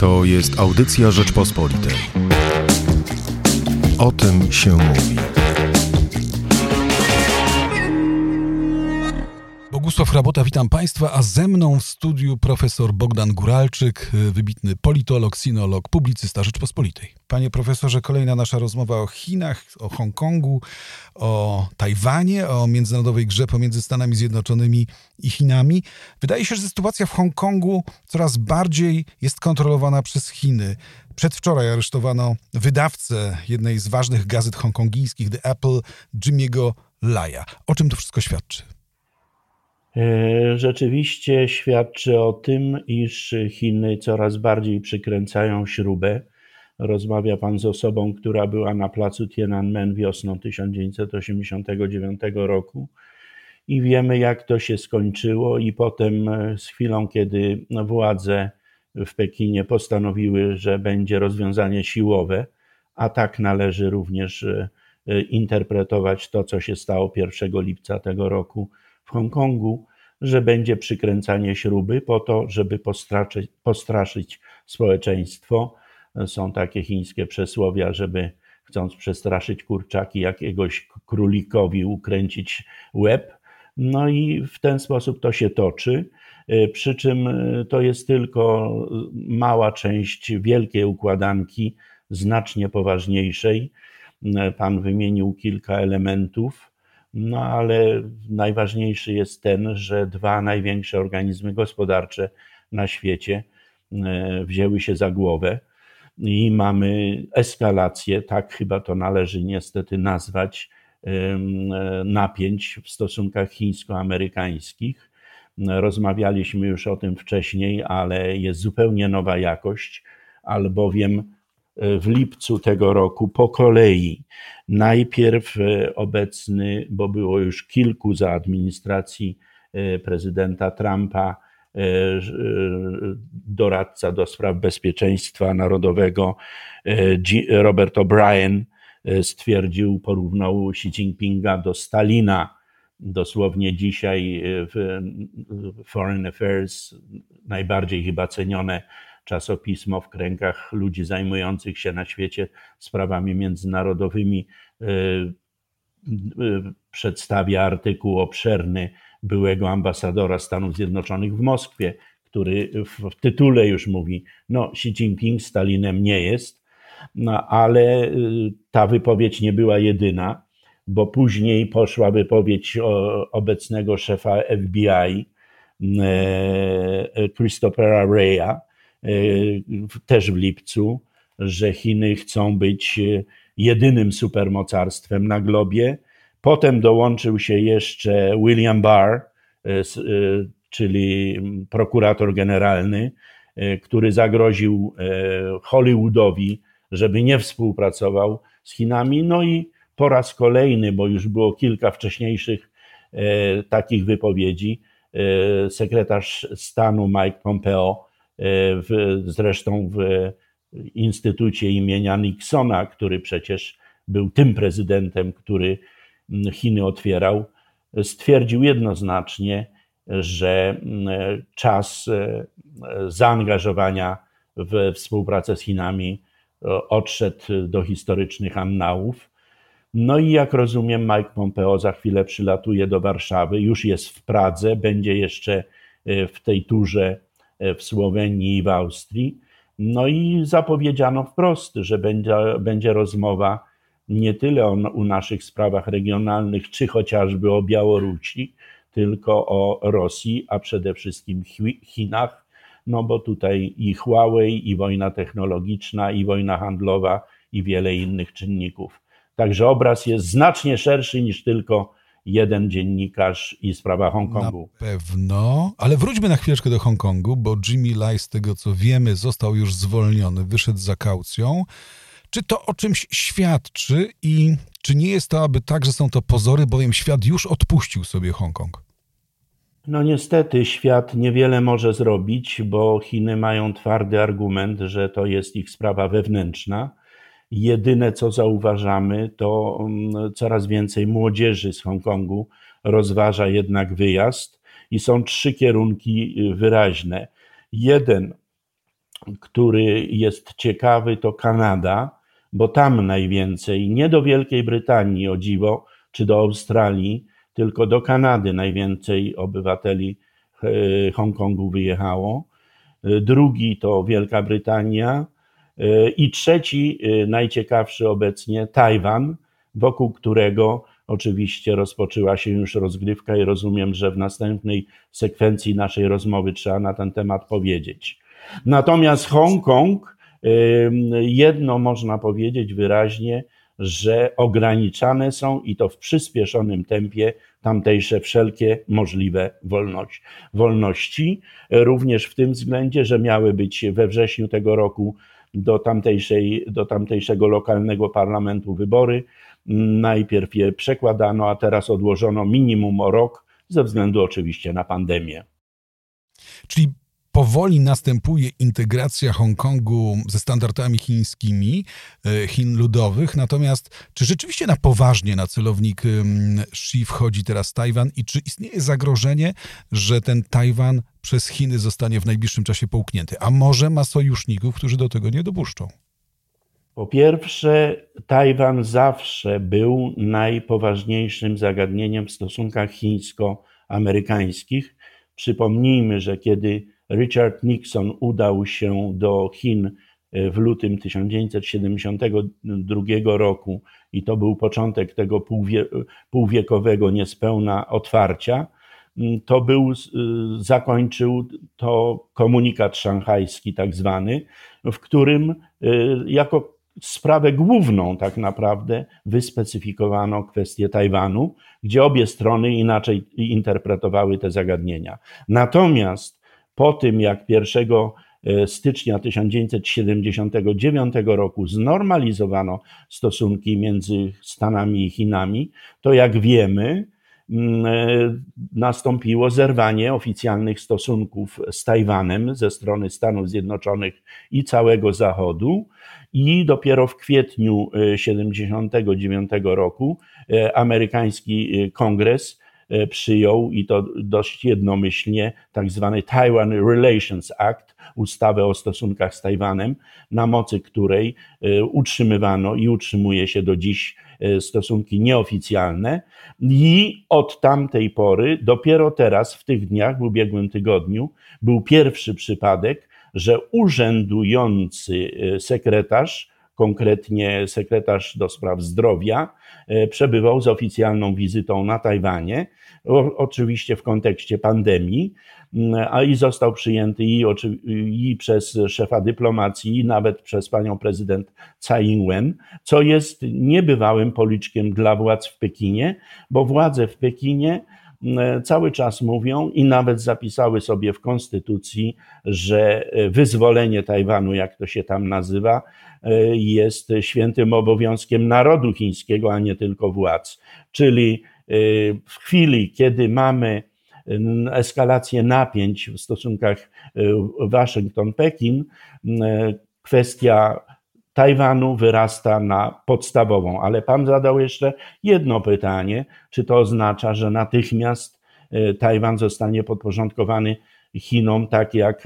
To jest audycja Rzeczpospolitej. O tym się mówi. Bogusław Hrabota, witam Państwa, a ze mną w studiu profesor Bogdan Guralczyk, wybitny politolog, sinolog, publicysta Rzeczpospolitej. Panie profesorze, kolejna nasza rozmowa o Chinach, o Hongkongu, o Tajwanie, o międzynarodowej grze pomiędzy Stanami Zjednoczonymi i Chinami. Wydaje się, że sytuacja w Hongkongu coraz bardziej jest kontrolowana przez Chiny. Przedwczoraj aresztowano wydawcę jednej z ważnych gazet hongkongijskich, The Apple, Jimmy'ego Laya. O czym to wszystko świadczy? Rzeczywiście świadczy o tym, iż Chiny coraz bardziej przykręcają śrubę. Rozmawia pan z osobą, która była na placu Tiananmen wiosną 1989 roku i wiemy, jak to się skończyło, i potem z chwilą, kiedy władze w Pekinie postanowiły, że będzie rozwiązanie siłowe, a tak należy również interpretować to, co się stało 1 lipca tego roku w Hongkongu, że będzie przykręcanie śruby po to, żeby postraszyć społeczeństwo. Są takie chińskie przysłowia, żeby chcąc przestraszyć kurczaki, jakiegoś królikowi ukręcić łeb. No i w ten sposób to się toczy, przy czym to jest tylko mała część wielkiej układanki, znacznie poważniejszej. Pan wymienił kilka elementów. No ale najważniejszy jest ten, że dwa największe organizmy gospodarcze na świecie wzięły się za głowę i mamy eskalację, tak chyba to należy niestety nazwać, napięć w stosunkach chińsko-amerykańskich. Rozmawialiśmy już o tym wcześniej, ale jest zupełnie nowa jakość, albowiem w lipcu tego roku po kolei najpierw obecny, bo było już kilku za administracji prezydenta Trumpa, doradca do spraw bezpieczeństwa narodowego Robert O'Brien stwierdził, porównał Xi Jinpinga do Stalina. Dosłownie dzisiaj w Foreign Affairs, najbardziej chyba cenione czasopismo w kręgach ludzi zajmujących się na świecie sprawami międzynarodowymi, przedstawia artykuł obszerny byłego ambasadora Stanów Zjednoczonych w Moskwie, który w tytule już mówi, no Xi Jinping Stalinem nie jest, no ale ta wypowiedź nie była jedyna, bo później poszła wypowiedź obecnego szefa FBI, Christophera Wraya, też w lipcu, że Chiny chcą być jedynym supermocarstwem na globie. Potem dołączył się jeszcze William Barr, czyli prokurator generalny, który zagroził Hollywoodowi, żeby nie współpracował z Chinami. No i po raz kolejny, bo już było kilka wcześniejszych takich wypowiedzi, sekretarz stanu Mike Pompeo, zresztą w Instytucie imienia Nixona, który przecież był tym prezydentem, który Chiny otwierał, stwierdził jednoznacznie, że czas zaangażowania w współpracę z Chinami odszedł do historycznych annałów. No i jak rozumiem, Mike Pompeo za chwilę przylatuje do Warszawy, już jest w Pradze, będzie jeszcze w tej turze w Słowenii i w Austrii. No i zapowiedziano wprost, że będzie rozmowa nie tyle o naszych sprawach regionalnych, czy chociażby o Białorusi, tylko o Rosji, a przede wszystkim Chinach, no bo tutaj i Huawei, i wojna technologiczna, i wojna handlowa, i wiele innych czynników. Także obraz jest znacznie szerszy niż tylko jeden dziennikarz i sprawa Hongkongu. Na pewno, ale wróćmy na chwileczkę do Hongkongu, bo Jimmy Lai, z tego co wiemy, został już zwolniony, wyszedł za kaucją. Czy to o czymś świadczy i czy nie jest to aby tak, że są to pozory, bowiem świat już odpuścił sobie Hongkong? No niestety świat niewiele może zrobić, bo Chiny mają twardy argument, że to jest ich sprawa wewnętrzna. Jedyne, co zauważamy, to coraz więcej młodzieży z Hongkongu rozważa jednak wyjazd i są 3 kierunki wyraźne. Jeden który jest ciekawy, to Kanada, bo tam najwięcej, nie do Wielkiej Brytanii o dziwo, czy do Australii, tylko do Kanady najwięcej obywateli Hongkongu wyjechało. Drugi to Wielka Brytania i trzeci, najciekawszy obecnie, Tajwan, wokół którego oczywiście rozpoczęła się już rozgrywka i rozumiem, że w następnej sekwencji naszej rozmowy trzeba na ten temat powiedzieć. Natomiast Hongkong, jedno można powiedzieć wyraźnie, że ograniczane są i to w przyspieszonym tempie tamtejsze wszelkie możliwe wolności. Również w tym względzie, że miały być we wrześniu tego roku do tamtejszego lokalnego parlamentu wybory. Najpierw je przekładano, a teraz odłożono minimum o rok, ze względu oczywiście na pandemię. Czyli powoli następuje integracja Hongkongu ze standardami chińskimi, Chin ludowych. Natomiast czy rzeczywiście na poważnie na celownik Xi wchodzi teraz Tajwan i czy istnieje zagrożenie, że ten Tajwan przez Chiny zostanie w najbliższym czasie połknięty? A może ma sojuszników, którzy do tego nie dopuszczą? Po pierwsze, Tajwan zawsze był najpoważniejszym zagadnieniem w stosunkach chińsko-amerykańskich. Przypomnijmy, że kiedy Richard Nixon udał się do Chin w lutym 1972 roku i to był początek tego półwiekowego niespełna otwarcia, zakończył to komunikat szanghajski tak zwany, w którym jako sprawę główną tak naprawdę wyspecyfikowano kwestię Tajwanu, gdzie obie strony inaczej interpretowały te zagadnienia. Natomiast po tym, jak 1 stycznia 1979 roku znormalizowano stosunki między Stanami i Chinami, to jak wiemy, nastąpiło zerwanie oficjalnych stosunków z Tajwanem ze strony Stanów Zjednoczonych i całego Zachodu i dopiero w kwietniu 1979 roku amerykański kongres przyjął, i to dość jednomyślnie, tak zwany Taiwan Relations Act, ustawę o stosunkach z Tajwanem, na mocy której utrzymywano i utrzymuje się do dziś stosunki nieoficjalne. I od tamtej pory, dopiero teraz, w tych dniach, w ubiegłym tygodniu, był pierwszy przypadek, że urzędujący sekretarz, konkretnie sekretarz do spraw zdrowia, przebywał z oficjalną wizytą na Tajwanie, oczywiście w kontekście pandemii, a i został przyjęty i przez szefa dyplomacji, i nawet przez panią prezydent Tsai Ing-wen, co jest niebywałym policzkiem dla władz w Pekinie, bo władze w Pekinie cały czas mówią i nawet zapisały sobie w konstytucji, że wyzwolenie Tajwanu, jak to się tam nazywa, jest świętym obowiązkiem narodu chińskiego, a nie tylko władz. Czyli w chwili, kiedy mamy eskalację napięć w stosunkach Waszyngton-Pekin, kwestia Tajwanu wyrasta na podstawową. Ale pan zadał jeszcze jedno pytanie, czy to oznacza, że natychmiast Tajwan zostanie podporządkowany Chinom, tak jak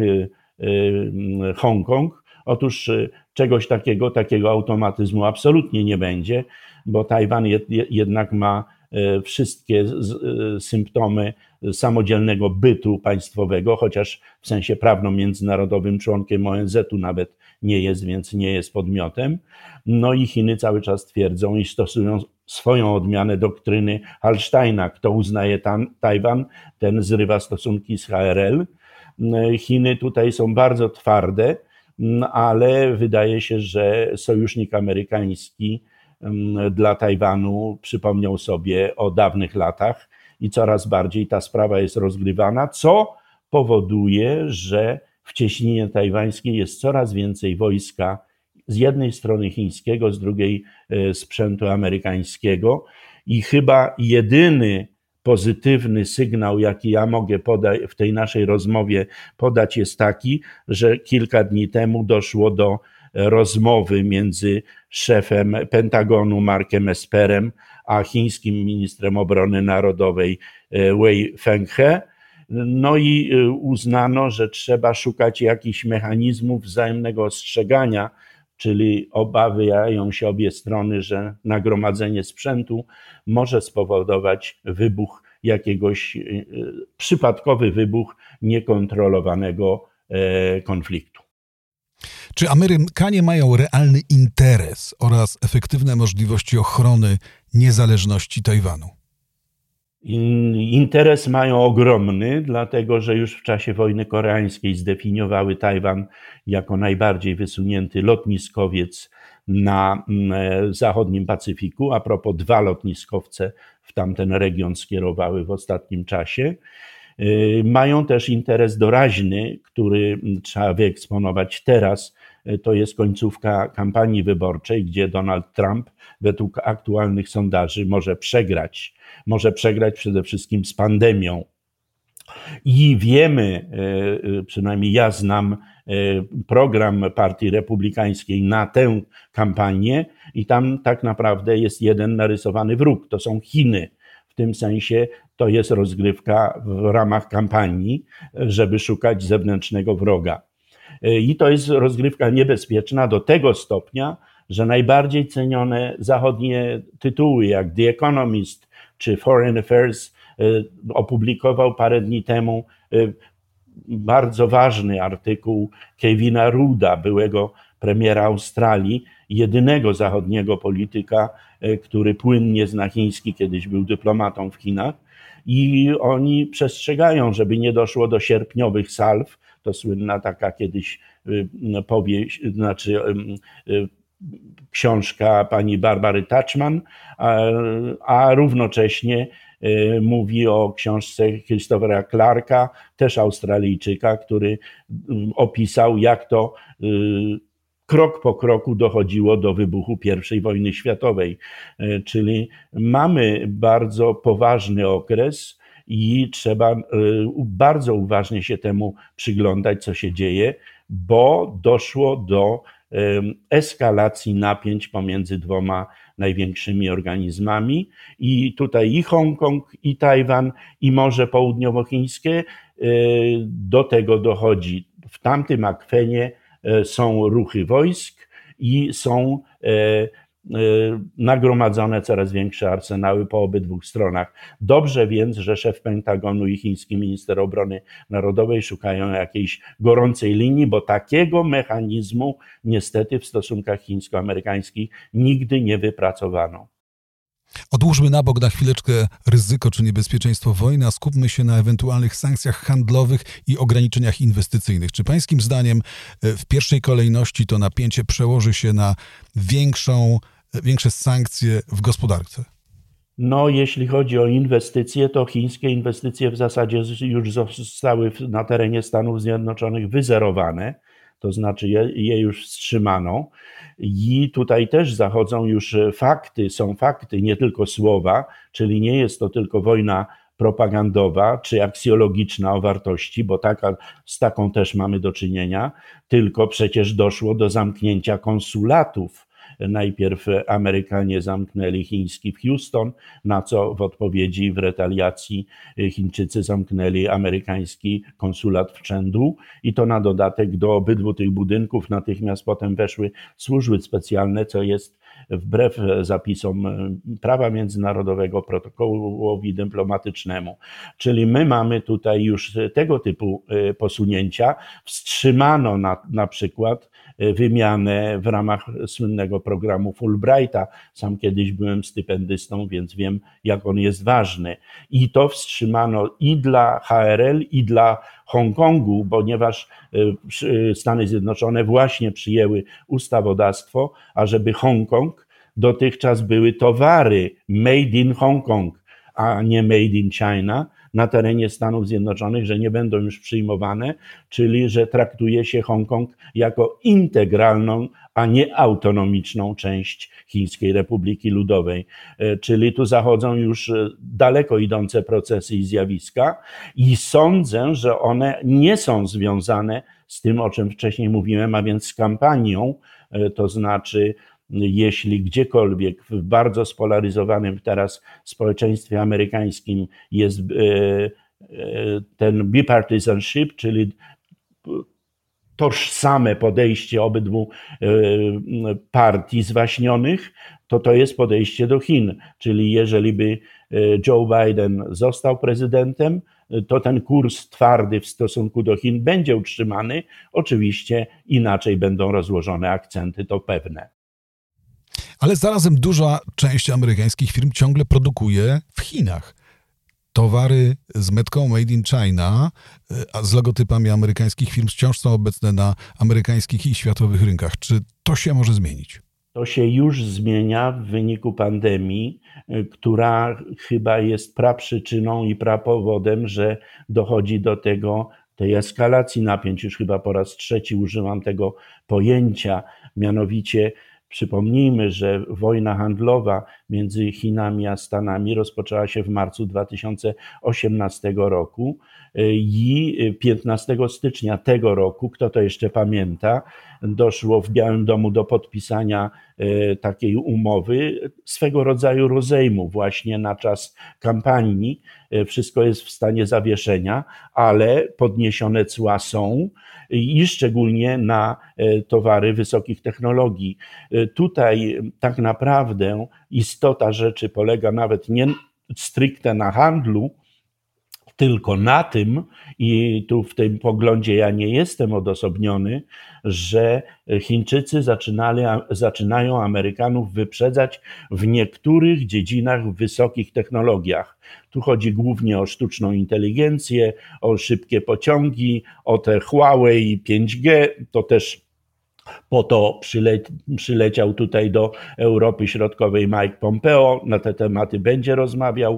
Hongkong? Otóż czegoś takiego automatyzmu absolutnie nie będzie, bo Tajwan jednak ma wszystkie symptomy samodzielnego bytu państwowego, chociaż w sensie prawno-międzynarodowym członkiem ONZ-u nawet nie jest, więc nie jest podmiotem. No i Chiny cały czas twierdzą i stosują swoją odmianę doktryny Hallsteina. Kto uznaje Tajwan, ten zrywa stosunki z HRL. Chiny tutaj są bardzo twarde, ale wydaje się, że sojusznik amerykański dla Tajwanu przypomniał sobie o dawnych latach i coraz bardziej ta sprawa jest rozgrywana, co powoduje, że w cieśninie tajwańskiej jest coraz więcej wojska, z jednej strony chińskiego, z drugiej sprzętu amerykańskiego, i chyba jedyny pozytywny sygnał, jaki ja mogę w tej naszej rozmowie podać, jest taki, że kilka dni temu doszło do rozmowy między szefem Pentagonu Markiem Esperem a chińskim ministrem obrony narodowej Wei Fenghe, No i uznano, że trzeba szukać jakichś mechanizmów wzajemnego ostrzegania, czyli obawiają się obie strony, że nagromadzenie sprzętu może spowodować wybuch przypadkowy wybuch niekontrolowanego konfliktu. Czy Amerykanie mają realny interes oraz efektywne możliwości ochrony niezależności Tajwanu? Interes mają ogromny, dlatego że już w czasie wojny koreańskiej zdefiniowały Tajwan jako najbardziej wysunięty lotniskowiec na zachodnim Pacyfiku. A propos, 2 lotniskowce w tamten region skierowały w ostatnim czasie. Mają też interes doraźny, który trzeba wyeksponować teraz. To jest końcówka kampanii wyborczej, gdzie Donald Trump według aktualnych sondaży może przegrać. Może przegrać przede wszystkim z pandemią. I wiemy, przynajmniej ja znam program Partii Republikańskiej na tę kampanię i tam tak naprawdę jest jeden narysowany wróg. To są Chiny. W tym sensie to jest rozgrywka w ramach kampanii, żeby szukać zewnętrznego wroga. I to jest rozgrywka niebezpieczna do tego stopnia, że najbardziej cenione zachodnie tytuły jak The Economist czy Foreign Affairs opublikował parę dni temu bardzo ważny artykuł Kevina Rooda, byłego premiera Australii, jedynego zachodniego polityka, który płynnie zna chiński, kiedyś był dyplomatą w Chinach. I oni przestrzegają, żeby nie doszło do sierpniowych salw. To słynna taka kiedyś książka pani Barbary Tuchman, a równocześnie mówi o książce Christophera Clarka, też Australijczyka, który opisał, jak to krok po kroku dochodziło do wybuchu I wojny światowej. Czyli mamy bardzo poważny okres i trzeba bardzo uważnie się temu przyglądać, co się dzieje, bo doszło do eskalacji napięć pomiędzy 2 największymi organizmami i tutaj i Hongkong, i Tajwan, i Morze Południowochińskie do tego dochodzi. W tamtym akwenie są ruchy wojsk i są nagromadzone coraz większe arsenały po obydwu stronach. Dobrze więc, że szef Pentagonu i chiński minister obrony narodowej szukają jakiejś gorącej linii, bo takiego mechanizmu niestety w stosunkach chińsko-amerykańskich nigdy nie wypracowano. Odłóżmy na bok na chwileczkę ryzyko czy niebezpieczeństwo wojny, a skupmy się na ewentualnych sankcjach handlowych i ograniczeniach inwestycyjnych. Czy pańskim zdaniem w pierwszej kolejności to napięcie przełoży się na większe sankcje w gospodarce? No, jeśli chodzi o inwestycje, to chińskie inwestycje w zasadzie już zostały na terenie Stanów Zjednoczonych wyzerowane, to znaczy je już wstrzymano. I tutaj też zachodzą już fakty, są fakty, nie tylko słowa, czyli nie jest to tylko wojna propagandowa czy aksjologiczna o wartości, bo z taką też mamy do czynienia, tylko przecież doszło do zamknięcia konsulatów. Najpierw Amerykanie zamknęli chiński w Houston, na co w odpowiedzi, w retaliacji Chińczycy zamknęli amerykański konsulat w Chengdu i to na dodatek do obydwu tych budynków natychmiast potem weszły służby specjalne, co jest wbrew zapisom prawa międzynarodowego, protokołowi dyplomatycznemu. Czyli my mamy tutaj już tego typu posunięcia. Wstrzymano na przykład wymianę w ramach słynnego programu Fulbrighta. Sam kiedyś byłem stypendystą, więc wiem, jak on jest ważny. I to wstrzymano i dla HRL, i dla Hongkongu, ponieważ Stany Zjednoczone właśnie przyjęły ustawodawstwo, ażeby Hongkong dotychczas były towary made in Hongkong, a nie made in China na terenie Stanów Zjednoczonych, że nie będą już przyjmowane, czyli że traktuje się Hongkong jako integralną, a nie autonomiczną część Chińskiej Republiki Ludowej. Czyli tu zachodzą już daleko idące procesy i zjawiska i sądzę, że one nie są związane z tym, o czym wcześniej mówiłem, a więc z kampanią, to znaczy jeśli gdziekolwiek w bardzo spolaryzowanym teraz społeczeństwie amerykańskim jest ten bipartisanship, czyli tożsame podejście obydwu partii zwaśnionych, to jest podejście do Chin. Czyli jeżeli by Joe Biden został prezydentem, to ten kurs twardy w stosunku do Chin będzie utrzymany. Oczywiście inaczej będą rozłożone akcenty, to pewne. Ale zarazem duża część amerykańskich firm ciągle produkuje w Chinach. Towary z metką Made in China, a z logotypami amerykańskich firm wciąż są obecne na amerykańskich i światowych rynkach. Czy to się może zmienić? To się już zmienia w wyniku pandemii, która chyba jest praprzyczyną i prapowodem, że dochodzi do tej eskalacji napięć. Już chyba po raz trzeci używam tego pojęcia, mianowicie przypomnijmy, że wojna handlowa między Chinami a Stanami rozpoczęła się w marcu 2018 roku i 15 stycznia tego roku, kto to jeszcze pamięta, doszło w Białym Domu do podpisania takiej umowy, swego rodzaju rozejmu właśnie na czas kampanii. Wszystko jest w stanie zawieszenia, ale podniesione cła są i szczególnie na towary wysokich technologii. Tutaj tak naprawdę istota rzeczy polega nawet nie stricte na handlu, tylko na tym, i tu w tym poglądzie ja nie jestem odosobniony, że Chińczycy zaczynają Amerykanów wyprzedzać w niektórych dziedzinach w wysokich technologiach. Tu chodzi głównie o sztuczną inteligencję, o szybkie pociągi, o te Huawei 5G, to też po to przyleciał tutaj do Europy Środkowej Mike Pompeo, na te tematy będzie rozmawiał.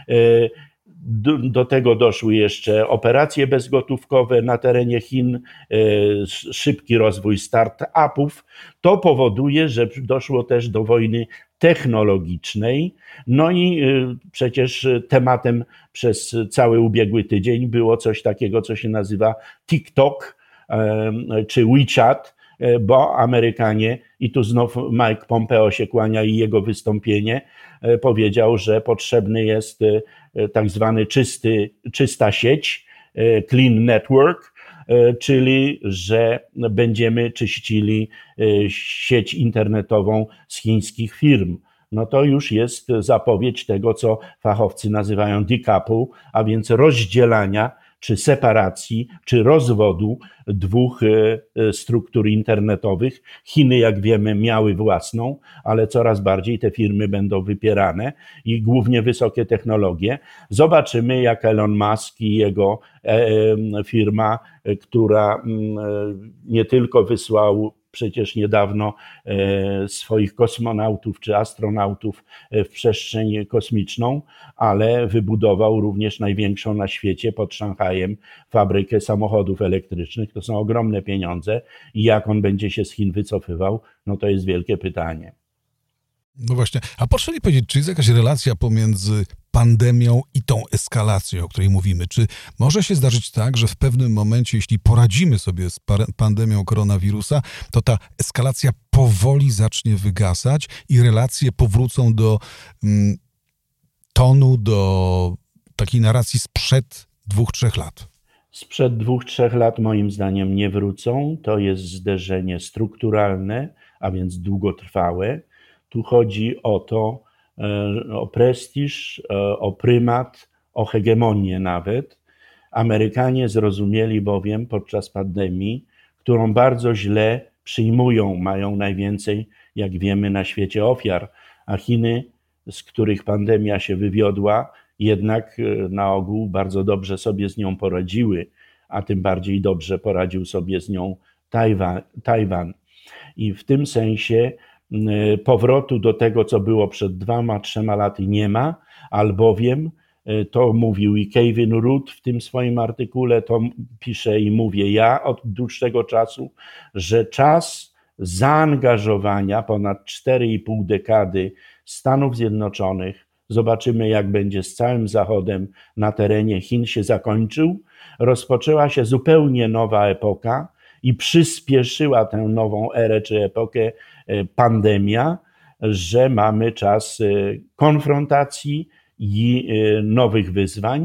Do tego doszły jeszcze operacje bezgotówkowe na terenie Chin, szybki rozwój start-upów. To powoduje, że doszło też do wojny technologicznej. No i przecież tematem przez cały ubiegły tydzień było coś takiego, co się nazywa TikTok czy WeChat, bo Amerykanie, i tu znów Mike Pompeo się kłania i jego wystąpienie, powiedział, że potrzebny jest tak zwany czysta sieć, clean network, czyli że będziemy czyścili sieć internetową z chińskich firm. No to już jest zapowiedź tego, co fachowcy nazywają decouple, a więc rozdzielania, czy separacji, czy rozwodu dwóch struktur internetowych. Chiny, jak wiemy, miały własną, ale coraz bardziej te firmy będą wypierane i głównie wysokie technologie. Zobaczymy, jak Elon Musk i jego firma, która nie tylko wysłał przecież niedawno swoich kosmonautów czy astronautów w przestrzeń kosmiczną, ale wybudował również największą na świecie pod Szanghajem fabrykę samochodów elektrycznych. To są ogromne pieniądze i jak on będzie się z Chin wycofywał, no to jest wielkie pytanie. No właśnie, a proszę mi powiedzieć, czy jest jakaś relacja pomiędzy pandemią i tą eskalacją, o której mówimy? Czy może się zdarzyć tak, że w pewnym momencie, jeśli poradzimy sobie z pandemią koronawirusa, to ta eskalacja powoli zacznie wygasać i relacje powrócą do tonu, do takiej narracji sprzed 2-3 lat? Sprzed 2-3 lat moim zdaniem nie wrócą. To jest zderzenie strukturalne, a więc długotrwałe. Tu chodzi o to, o prestiż, o prymat, o hegemonię nawet. Amerykanie zrozumieli bowiem podczas pandemii, którą bardzo źle przyjmują, mają najwięcej, jak wiemy, na świecie ofiar, a Chiny, z których pandemia się wywiodła, jednak na ogół bardzo dobrze sobie z nią poradziły, a tym bardziej dobrze poradził sobie z nią Tajwan. I w tym sensie powrotu do tego, co było przed 2-3 laty nie ma, albowiem to mówił i Kevin Root w tym swoim artykule, to piszę i mówię ja od dłuższego czasu, że czas zaangażowania ponad 4,5 dekady Stanów Zjednoczonych, zobaczymy jak będzie z całym Zachodem na terenie Chin, się zakończył. Rozpoczęła się zupełnie nowa epoka i przyspieszyła tę nową erę czy epokę pandemia, że mamy czas konfrontacji i nowych wyzwań.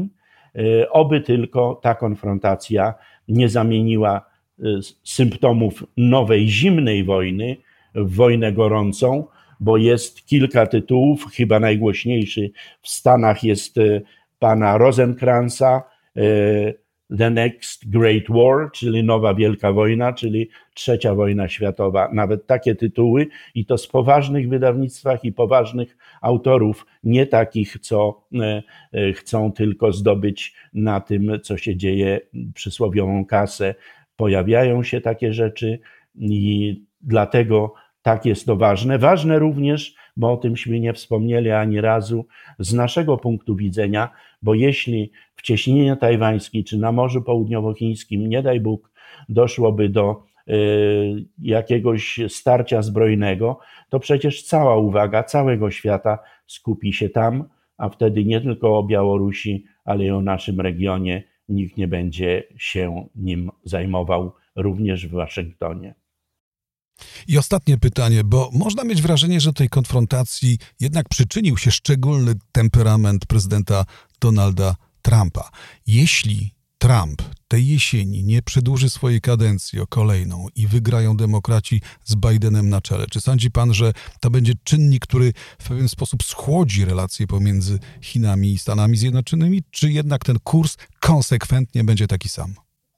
Oby tylko ta konfrontacja nie zamieniła symptomów nowej zimnej wojny w wojnę gorącą, bo jest kilka tytułów, chyba najgłośniejszy w Stanach jest pana Rosenkranza, The Next Great War, czyli Nowa Wielka Wojna, czyli Trzecia Wojna Światowa. Nawet takie tytuły i to z poważnych wydawnictwach i poważnych autorów, nie takich, co chcą tylko zdobyć na tym, co się dzieje, przysłowiową kasę. Pojawiają się takie rzeczy i dlatego tak jest to ważne. Ważne również, bo o tymśmy nie wspomnieli ani razu, z naszego punktu widzenia, bo jeśli w cieśninie tajwańskiej czy na Morzu Południowochińskim, nie daj Bóg, doszłoby do jakiegoś starcia zbrojnego, to przecież cała uwaga całego świata skupi się tam, a wtedy nie tylko o Białorusi, ale i o naszym regionie nikt nie będzie się nim zajmował, również w Waszyngtonie. I ostatnie pytanie, bo można mieć wrażenie, że do tej konfrontacji jednak przyczynił się szczególny temperament prezydenta Donalda Trumpa. Jeśli Trump tej jesieni nie przedłuży swojej kadencji o kolejną i wygrają demokraci z Bidenem na czele, czy sądzi pan, że to będzie czynnik, który w pewien sposób schłodzi relacje pomiędzy Chinami i Stanami Zjednoczonymi, czy jednak ten kurs konsekwentnie będzie taki sam?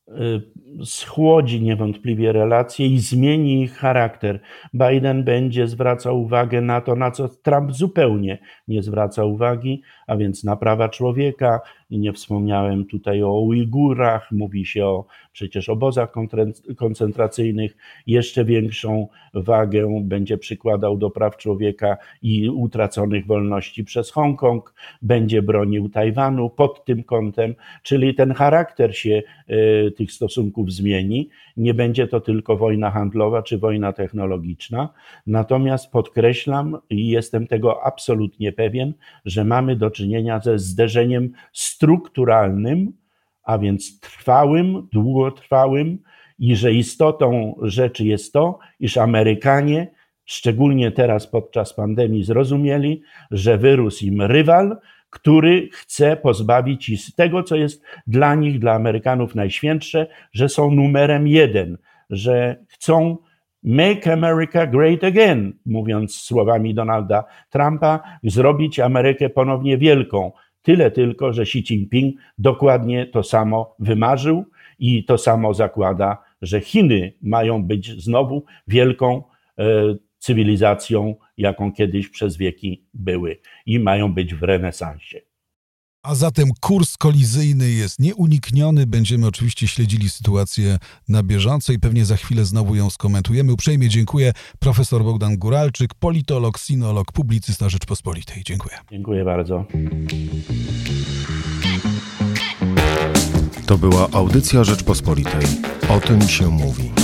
Schłodzi niewątpliwie relacje i zmieni ich charakter. Biden będzie zwracał uwagę na to, na co Trump zupełnie nie zwraca uwagi, a więc na prawa człowieka. I nie wspomniałem tutaj o Ujgurach, mówi się o przecież obozach koncentracyjnych. Jeszcze większą wagę będzie przykładał do praw człowieka i utraconych wolności przez Hongkong. Będzie bronił Tajwanu pod tym kątem, czyli ten charakter się tych stosunków zmieni. Nie będzie to tylko wojna handlowa czy wojna technologiczna. Natomiast podkreślam i jestem tego absolutnie pewien, że mamy do czynienia ze zderzeniem strukturalnym, a więc trwałym, długotrwałym i że istotą rzeczy jest to, iż Amerykanie, szczególnie teraz podczas pandemii, zrozumieli, że wyrósł im rywal, który chce pozbawić ich tego, co jest dla nich, dla Amerykanów najświętsze, że są numerem 1, że chcą Make America Great Again, mówiąc słowami Donalda Trumpa, zrobić Amerykę ponownie wielką. Tyle tylko, że Xi Jinping dokładnie to samo wymarzył i to samo zakłada, że Chiny mają być znowu wielką cywilizacją, jaką kiedyś przez wieki były i mają być w renesansie. A zatem kurs kolizyjny jest nieunikniony. Będziemy oczywiście śledzili sytuację na bieżąco i pewnie za chwilę znowu ją skomentujemy. Uprzejmie dziękuję. Profesor Bogdan Guralczyk, politolog, sinolog, publicysta Rzeczpospolitej. Dziękuję. Dziękuję bardzo. To była audycja Rzeczpospolitej. O tym się mówi.